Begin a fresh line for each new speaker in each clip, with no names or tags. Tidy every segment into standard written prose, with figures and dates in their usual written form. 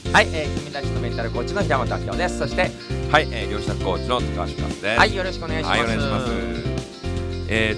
はい、君たちのメンタルコーチの平本明夫です。そして
はい、漁師宅コーチの高橋和です。
はい、よろしくお願いします。
はい、お願いします。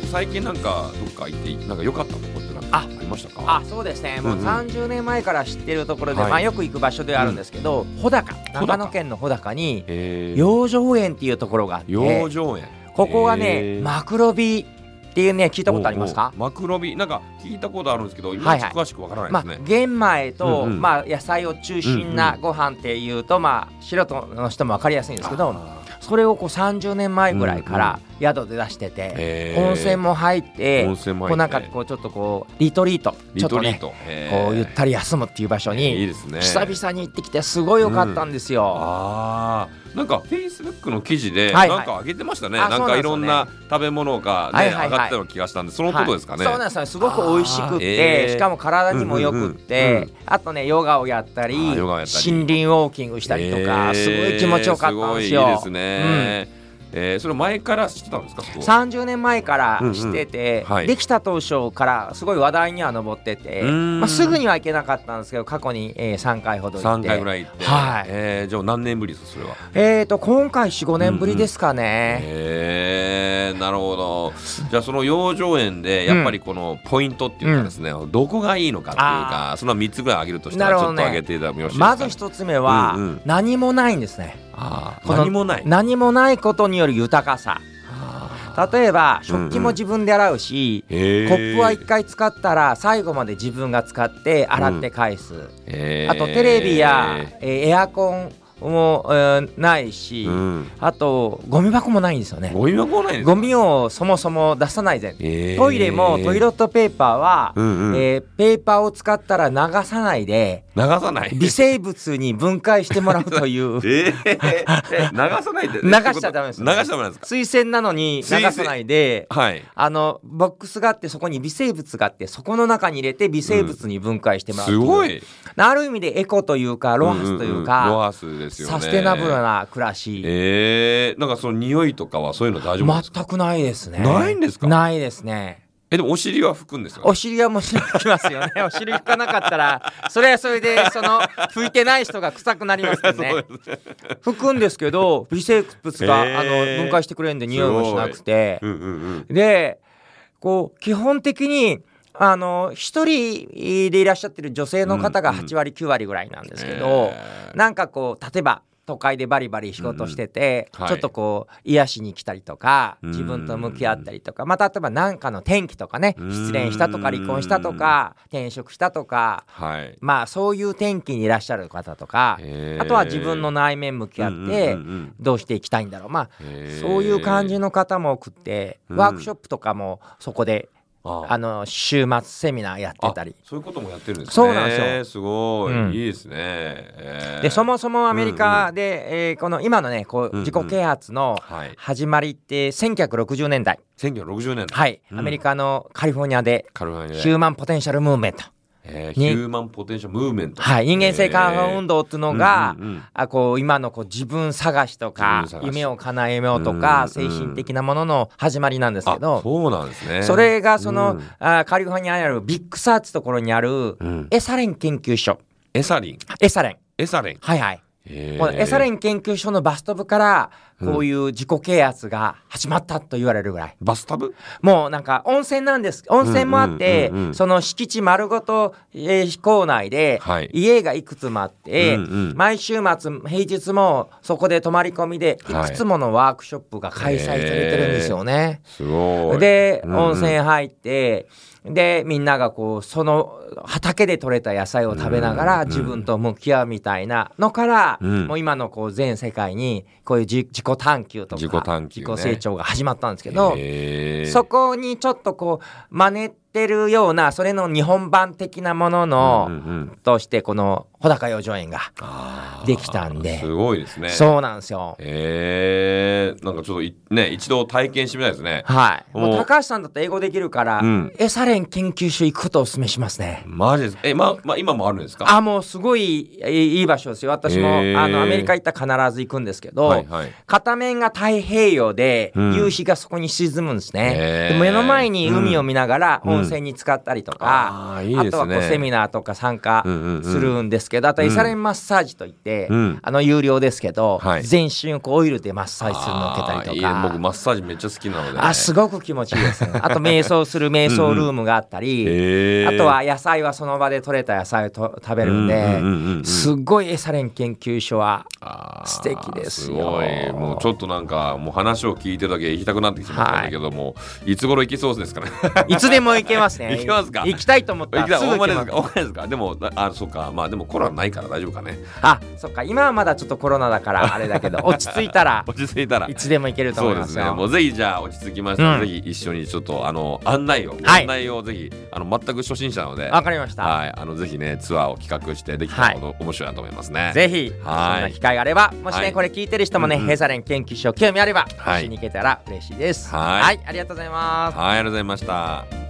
最近なんかどっか行ってなんか良かったとこってなんかありましたか？
そうですね、もう30年前から知ってるところで、
はい
よく行く場所ではあるんですけど、穂高、長野県の穂高に
養
養生園っていうところがあって、
生園、
ここがねマクロビっていうね、聞いたことありますか？
マクロビ、なんか聞いたことあるんですけど、いまいち詳しくわからないですね。
玄米と、
うんうん
野菜を中心なご飯っていうと、素人の人も分かりやすいんですけど、それをこう30年前ぐらいから宿で出してて、温泉も入ってこうなんかこうちょっとこうリトリート、ちょっとねこうゆったり休むっていう場所に
いいですね。
久々に行ってきてすごい良かったんですよ。
なんかフェイスブックの記事で
はい
なんか上げてましたね。
あ
なんかいろんな食べ物がね上がったような気がしたんで、そのことですかね。
そうなんですよ。すごく美味しくって、しかも体にもよくって、あとねヨガをやったり森林ウォーキングしたりとか、すごい気持ちよかったんですよ。
すごいいいですね。それ前から知ってたんですか
？30年前から知ってて、できた当初からすごい話題には上ってて、すぐには行けなかったんですけど、過去に3回ほど行って、
3回ぐらい行って、じゃあ何年ぶりですかそれは？
今回 4,5 年ぶりですかね。
なるほど。じゃあその養生園でやっぱりこのポイントっていうかですね、どこがいいのかっていうか、その3つぐらい挙げるとしたらちょっと挙げていただきましょう。
まず1つ目は何もないんですね。何もないことによる豊かさ。例えば食器も自分で洗うし、コップは1回使ったら最後まで自分が使って洗って返す。あとテレビやエアコンもないし、あとゴミ箱もないんですよね。
ゴミ箱もないんですか？
ゴミをそもそも出さないぜ。トイレもトイレットペーパーは、ペーパーを使ったら流さないで微生物に分解してもらうという
流さないで
流しちゃダメです。
流しちゃダメですか？
水洗なのに流さないで、ボックスがあってそこに微生物があって、そこの中に入れて微生物に分解してもらうという、
すごい
ある意味でエコというかロハスというか、
ロハスですよね。
サステナブルな暮らし。
なんかその匂いとかはそういうの大丈夫ですか？
全くないですね。
ないんですか？
ないですね。
でもお尻は拭くんですか？
お尻はもちろん拭きますよね。お尻拭かなかったらそれはそれで拭いてない人が臭くなりますよね。拭くんですけど微生物が分解してくれるんで匂いもしなくて、でこう基本的に一人でいらっしゃってる女性の方が8割9割ぐらいなんですけど、なんかこう例えば都会でバリバリ仕事してて、ちょっとこう癒しに来たりとか、自分と向き合ったりとか、例えば何かの転機とかね、失恋したとか離婚したとか転職したとか、そういう転機にいらっしゃる方とか、あとは自分の内面向き合ってどうしていきたいんだろう、そういう感じの方も多くって、ワークショップとかもそこで週末セミナーやってたり。
そういうこともやってるんですね。
そうなんですよ。
すごい、いいですね。
でそもそもアメリカで、この今のねこう自己啓発の始まりって1960年代。
1960年代。
アメリカのカリフォルニアでヒューマンポテンシャルムーブメント。
ヒューマンポテンシャルムーブメント、
人間性開放運動っていうのが、こう今のこう自分探しとか夢を叶えようとか、精神的なものの始まりなんですけど、
そうなんですね。
それがその、カリフォルニアにあるビッグサーってところにある、エサレン研究所。エサレンこのエサレン研究所のバスタブからこういう自己啓発が始まったと言われるぐらい。
バスタブ？
もうなんか温泉なんです。温泉もあって、その敷地丸ごと、校内で家がいくつもあって、毎週末平日もそこで泊まり込みでいくつものワークショップが開催されてるんですよね。
すごい。
で温泉入って、でみんながこうその畑で採れた野菜を食べながら自分と向き合うみたいなのから、もう今のこう全世界にこういう自己探求とか自己成長が始まったんですけど、そこにちょっとこう真似てるようなそれの日本版的なものの、としてこの穂高養生園ができたんで、
すごいですね。
そうなんですよ。
なんかちょっとね一度体験してみたいですね。
もう高橋さんだと英語できるから、エサレン研究所行くことをお勧めしますね。
マジですか？今もあるんですか？
もうすごいいい場所ですよ。私もアメリカ行ったら必ず行くんですけど、片面が太平洋で、夕日がそこに沈むんですね。で目の前に海を見ながら温泉に浸かったりとか、あとはこうセミナーとか参加するんですけど、あとエサレンマッサージといって、有料ですけど、全身をこうオイルでマッサージするのを受けたりとか。
僕マッサージめっちゃ好きなので、
すごく気持ちいいですね。あと瞑想する瞑想ルームがあったり、あとは野菜はその場で採れた野菜を食べるんで、すごいエサレン研究所は素敵ですよ。
すごい、もうちょっとなんかもう話を聞いてるだけ行きたくなってきてましたんだけども、いつ頃行きそうですかね。
いつでも行けますね。
行きますか。
行きたいと思ったらすぐ行けます。
お前ですか。でもそうか、まあでもコロナないから大丈夫かね。
そっか、今はまだちょっとコロナだからあれだけど、落ち着いたらいつでも行けると思いますよ。
そうですね。もうぜひじゃあ落ち着きましたら、ぜひ一緒にちょっと案内をぜひ全く初心者なので、
わかりました。
はい、ぜひねツアーを企画してできたら面白いなと思いますね。
ぜひそんな機会があれば、もしねこれ聞いてる人もねエサレン研究所興味あれば一緒に行けたら嬉しいです。はい、ありがとうございます。
はい、ありがとうございました。